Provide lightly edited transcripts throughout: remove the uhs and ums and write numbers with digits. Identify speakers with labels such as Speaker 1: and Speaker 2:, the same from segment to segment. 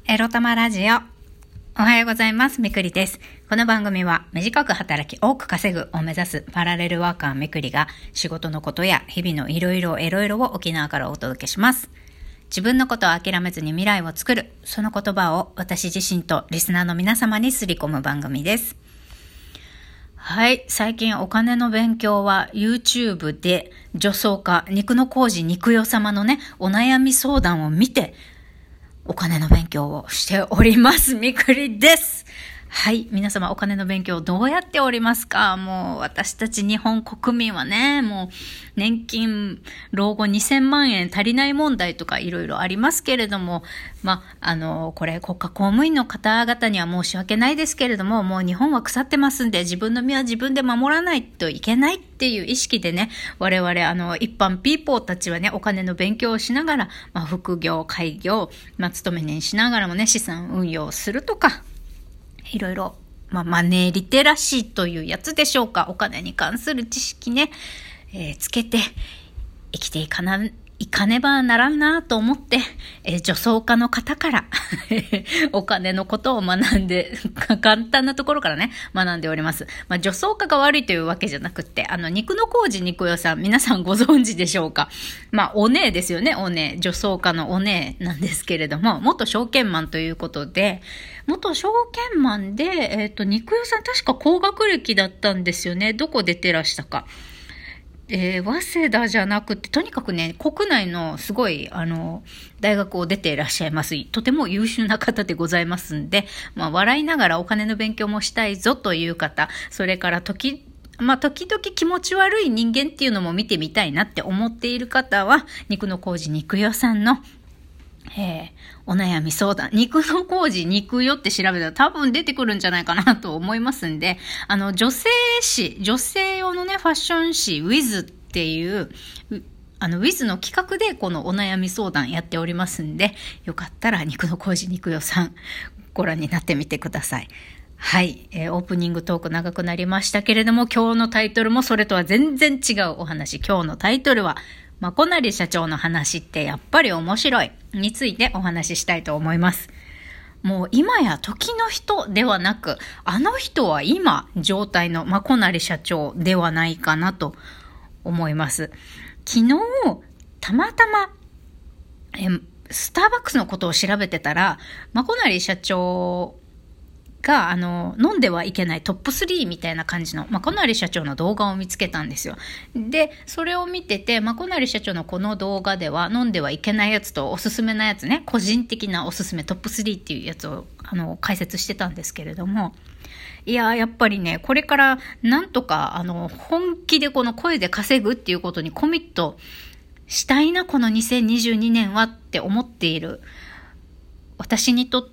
Speaker 1: エロ玉ラジオ。おはようございます。みくりです。この番組は短く働き多く稼ぐを目指すパラレルワーカーみくりが仕事のことや日々のいろいろを沖縄からお届けします。自分のことを諦めずに未来を作る、その言葉を私自身とリスナーの皆様にすり込む番組です。はい、最近お金の勉強は YouTube で女装家肉の工事肉代様のねお悩み相談を見てお金の勉強をしております。みくりです。はい。皆様お金の勉強どうやっておりますか？もう私たち日本国民はね、もう年金、老後2000万円足りない問題とかいろいろありますけれども、これ国家公務員の方々には申し訳ないですけれども、もう日本は腐ってますんで自分の身は自分で守らないといけないっていう意識でね、我々一般ピーポーたちはね、お金の勉強をしながら、副業、開業、勤め人しながらもね、資産運用するとか、いろいろ、マネーリテラシーというやつでしょうか。お金に関する知識ね、つけて生きていかねばならんなと思って、女装家の方からお金のことを学んで、簡単なところからね、学んでおります。女装家が悪いというわけじゃなくって、肉の工事肉代さん、皆さんご存知でしょうか。お姉ですよね、お姉。女装家のお姉なんですけれども、元証券マンということで、元証券マンで、肉代さん確か高学歴だったんですよね。どこ出てらしたか。早稲田じゃなくて、とにかくね、国内のすごい、大学を出ていらっしゃいます。とても優秀な方でございますんで、笑いながらお金の勉強もしたいぞという方、それから時々気持ち悪い人間っていうのも見てみたいなって思っている方は、肉の工事肉代さんのお悩み相談、肉の工事肉代って調べたら多分出てくるんじゃないかなと思いますんで、女性用のね、ファッション誌、ウィズっていう、ウィズの企画でこのお悩み相談やっておりますんで、よかったら肉の工事肉代さん、ご覧になってみてください。はい、オープニングトーク長くなりましたけれども、今日のタイトルもそれとは全然違うお話。今日のタイトルは、小成社長の話ってやっぱり面白いについてお話ししたいと思います。もう今や時の人ではなく、あの人は今状態の小成社長ではないかなと思います。昨日、たまたま、スターバックスのことを調べてたら、小成社長が、飲んではいけないトップ3みたいな感じの、小成社長の動画を見つけたんですよ。で、それを見てて、小成社長のこの動画では、飲んではいけないやつとおすすめなやつね、個人的なおすすめトップ3っていうやつを、解説してたんですけれども、いや、やっぱりね、これからなんとか、本気でこの声で稼ぐっていうことにコミットしたいな、この2022年はって思っている。私にとって、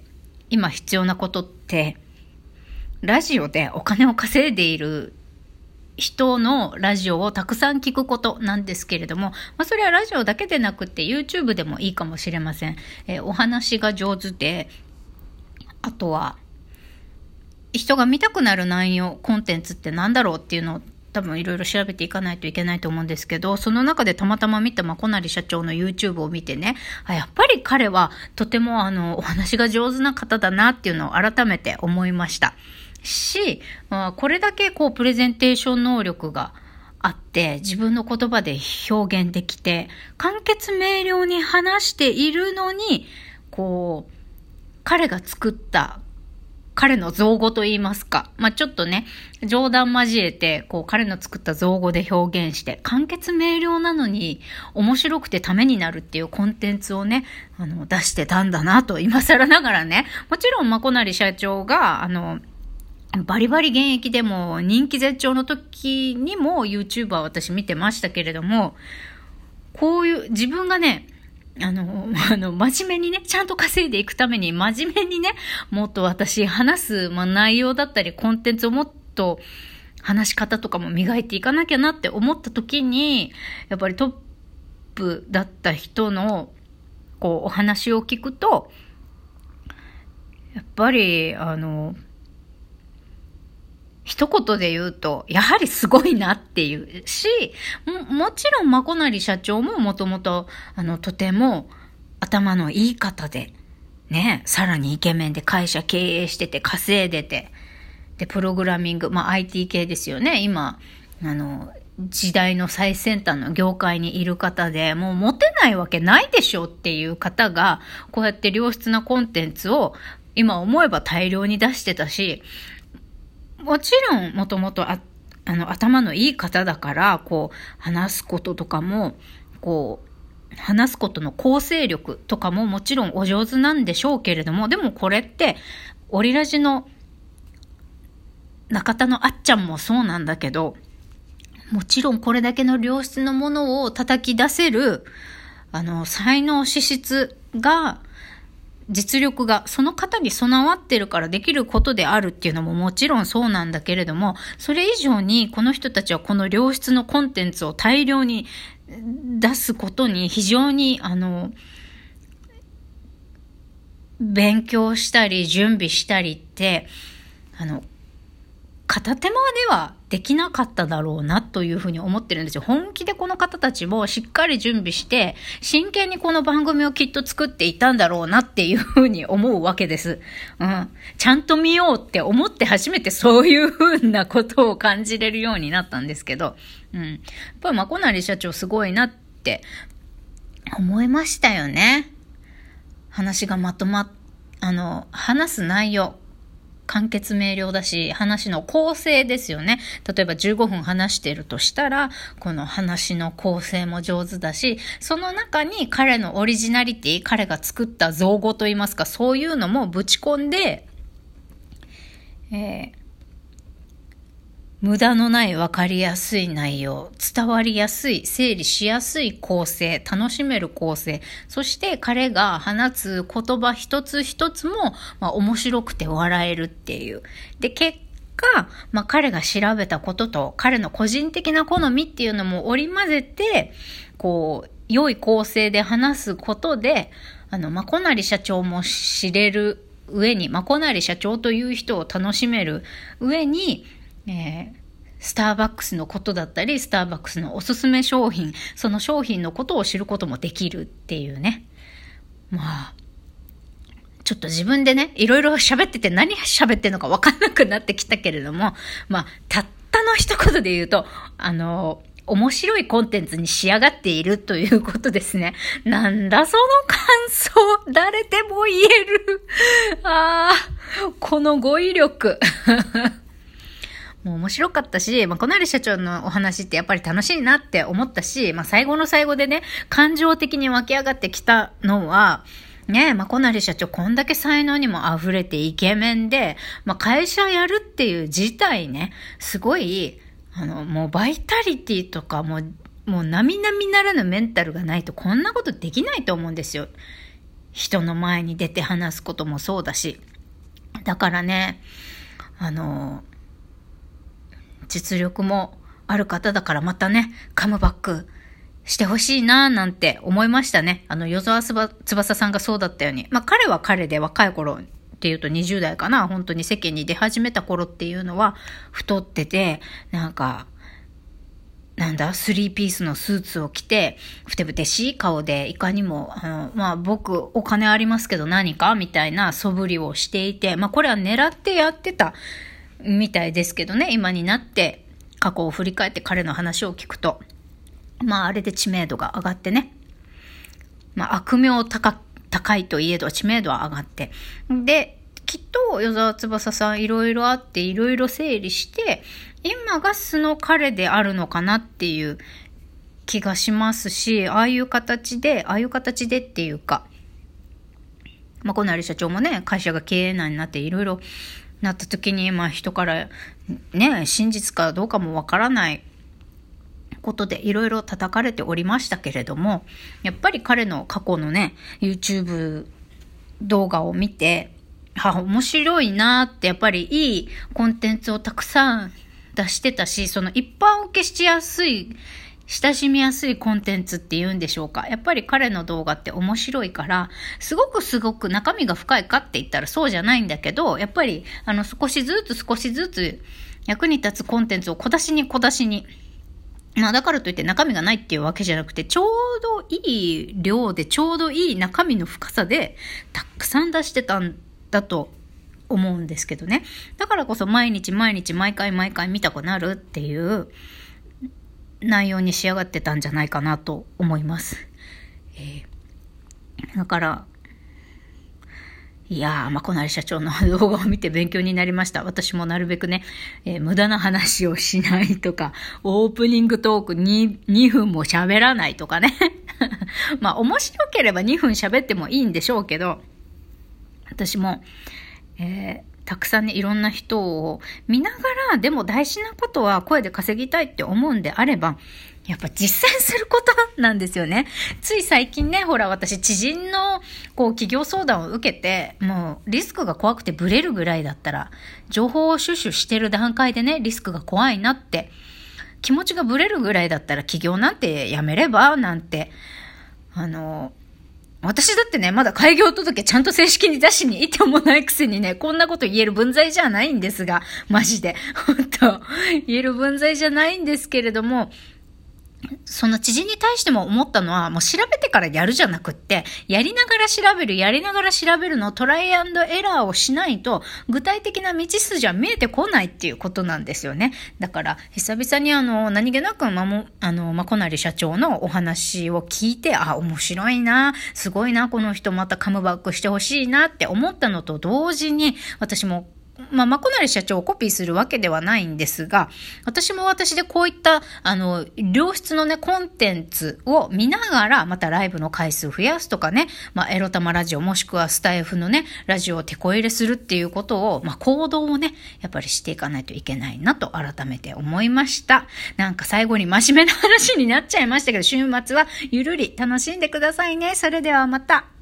Speaker 1: 今必要なことって、ラジオでお金を稼いでいる人のラジオをたくさん聞くことなんですけれども、それはラジオだけでなくて YouTube でもいいかもしれません。お話が上手で、あとは、人が見たくなる内容、コンテンツって何だろうっていうのを多分いろいろ調べていかないといけないと思うんですけど、その中でたまたま見た小成社長の YouTube を見てね、やっぱり彼はとてもお話が上手な方だなっていうのを改めて思いましたし、これだけプレゼンテーション能力があって自分の言葉で表現できて簡潔明瞭に話しているのに、彼が作った彼の造語と言いますか。ちょっとね、冗談交えて、彼の作った造語で表現して、簡潔明瞭なのに、面白くてためになるっていうコンテンツをね、出してたんだなと、今更ながらね。もちろん、小成社長が、バリバリ現役でも、人気絶頂の時にも YouTuber 私見てましたけれども、こういう自分がね、真面目にね、ちゃんと稼いでいくために真面目にね、もっと私話す、内容だったりコンテンツをもっと話し方とかも磨いていかなきゃなって思った時に、やっぱりトップだった人のお話を聞くと、やっぱり一言で言うと、やはりすごいなっていうし、もちろん小成社長ももともととても頭のいい方で、 ね、さらにイケメンで会社経営してて稼いでて、で、プログラミング、IT 系ですよね。今、時代の最先端の業界にいる方で、もうモテないわけないでしょっていう方が、こうやって良質なコンテンツを今思えば大量に出してたし、もちろんもともと頭のいい方だから、話すこととかも、話すことの構成力とかももちろんお上手なんでしょうけれども、でもこれってオリラジの中田のあっちゃんもそうなんだけど、もちろんこれだけの良質のものを叩き出せる才能資質が、実力がその方に備わってるからできることであるっていうのももちろんそうなんだけれども、それ以上にこの人たちはこの良質のコンテンツを大量に出すことに非常に勉強したり準備したりって片手間ではできなかっただろうなというふうに思ってるんですよ。本気でこの方たちもしっかり準備して真剣にこの番組をきっと作っていたんだろうなっていうふうに思うわけです。ちゃんと見ようって思って初めてそういうふうなことを感じれるようになったんですけど、やっぱりまこなり社長すごいなって思いましたよね。話が話す内容簡潔明瞭だし、話の構成ですよね。例えば15分話してるとしたら、この話の構成も上手だし、その中に彼のオリジナリティ、彼が作った造語といいますか、そういうのもぶち込んで、無駄のない分かりやすい内容、伝わりやすい、整理しやすい構成、楽しめる構成、そして彼が放つ言葉一つ一つも、面白くて笑えるっていう。で、結果、彼が調べたことと彼の個人的な好みっていうのも織り交ぜて、良い構成で話すことで、まこなり社長も知れる上に、まこなり社長という人を楽しめる上に、スターバックスのことだったり、スターバックスのおすすめ商品、その商品のことを知ることもできるっていうね。ちょっと自分でね、いろいろ喋ってて何喋ってんのか分かんなくなってきたけれども、たったの一言で言うと、面白いコンテンツに仕上がっているということですね。なんだその感想、誰でも言える。この語彙力。もう面白かったし、こなり社長のお話ってやっぱり楽しいなって思ったし、最後の最後でね、感情的に湧き上がってきたのは、まこなり社長こんだけ才能にも溢れてイケメンで、会社やるっていう事態ね、すごい、もうバイタリティとかもう並々ならぬメンタルがないとこんなことできないと思うんですよ。人の前に出て話すこともそうだし。だからね、実力もある方だからまたね、カムバックしてほしいななんて思いましたね。与沢翼さんがそうだったように。彼は彼で若い頃っていうと20代かな、本当に世間に出始めた頃っていうのは太ってて、スリーピースのスーツを着て、ふてぶてしい顔で、いかにも、僕、お金ありますけど何かみたいな素振りをしていて、これは狙ってやってたみたいですけどね、今になって過去を振り返って彼の話を聞くと、あれで知名度が上がってね、悪名高いといえど知名度は上がって、できっと与沢翼さんいろいろあっていろいろ整理して今が素の彼であるのかなっていう気がしますし、ああいう形でっていうか、こなり社長もね、会社が経営難になっていろいろなった時に、人からね、真実かどうかもわからないことでいろいろ叩かれておりましたけれども、やっぱり彼の過去のね、YouTube 動画を見て、面白いなって、やっぱりいいコンテンツをたくさん出してたし、その一般受けしやすい、親しみやすいコンテンツっていうんでしょうか。やっぱり彼の動画って面白いから、すごく中身が深いかって言ったらそうじゃないんだけど、やっぱり少しずつ役に立つコンテンツを小出しにまあだからといって中身がないっていうわけじゃなくて、ちょうどいい量でちょうどいい中身の深さでたくさん出してたんだと思うんですけどね。だからこそ毎日毎回見たくなるっていう内容に仕上がってたんじゃないかなと思います。だからいやー、まこなり社長の動画を見て勉強になりました。私もなるべくね、無駄な話をしないとか、オープニングトーク2分も喋らないとかね。まあ面白ければ2分喋ってもいいんでしょうけど、私も、たくさんね、いろんな人を見ながら、でも大事なことは声で稼ぎたいって思うんであれば、やっぱ実践することなんですよね。つい最近ね、ほら私知人の企業相談を受けて、もうリスクが怖くてブレるぐらいだったら、情報を収集してる段階でね、リスクが怖いなって、気持ちがブレるぐらいだったら起業なんてやめればなんて、私だってね、まだ開業届ちゃんと正式に出しに行ってもないくせにね、こんなこと言える分際じゃないんですが、マジで。本当言える分際じゃないんですけれども、その知人に対しても思ったのは、もう調べてからやるじゃなくって、やりながら調べるのトライアンドエラーをしないと、具体的な道筋は見えてこないっていうことなんですよね。だから、久々に何気なくまこなり社長のお話を聞いて、面白いな、すごいな、この人またカムバックしてほしいなって思ったのと同時に、私もまこなり社長をコピーするわけではないんですが、私も私でこういった、良質のね、コンテンツを見ながら、またライブの回数増やすとかね、エロ玉ラジオもしくはスタイフのね、ラジオを手こ入れするっていうことを、行動をね、やっぱりしていかないといけないなと改めて思いました。なんか最後に真面目な話になっちゃいましたけど、週末はゆるり楽しんでくださいね。それではまた。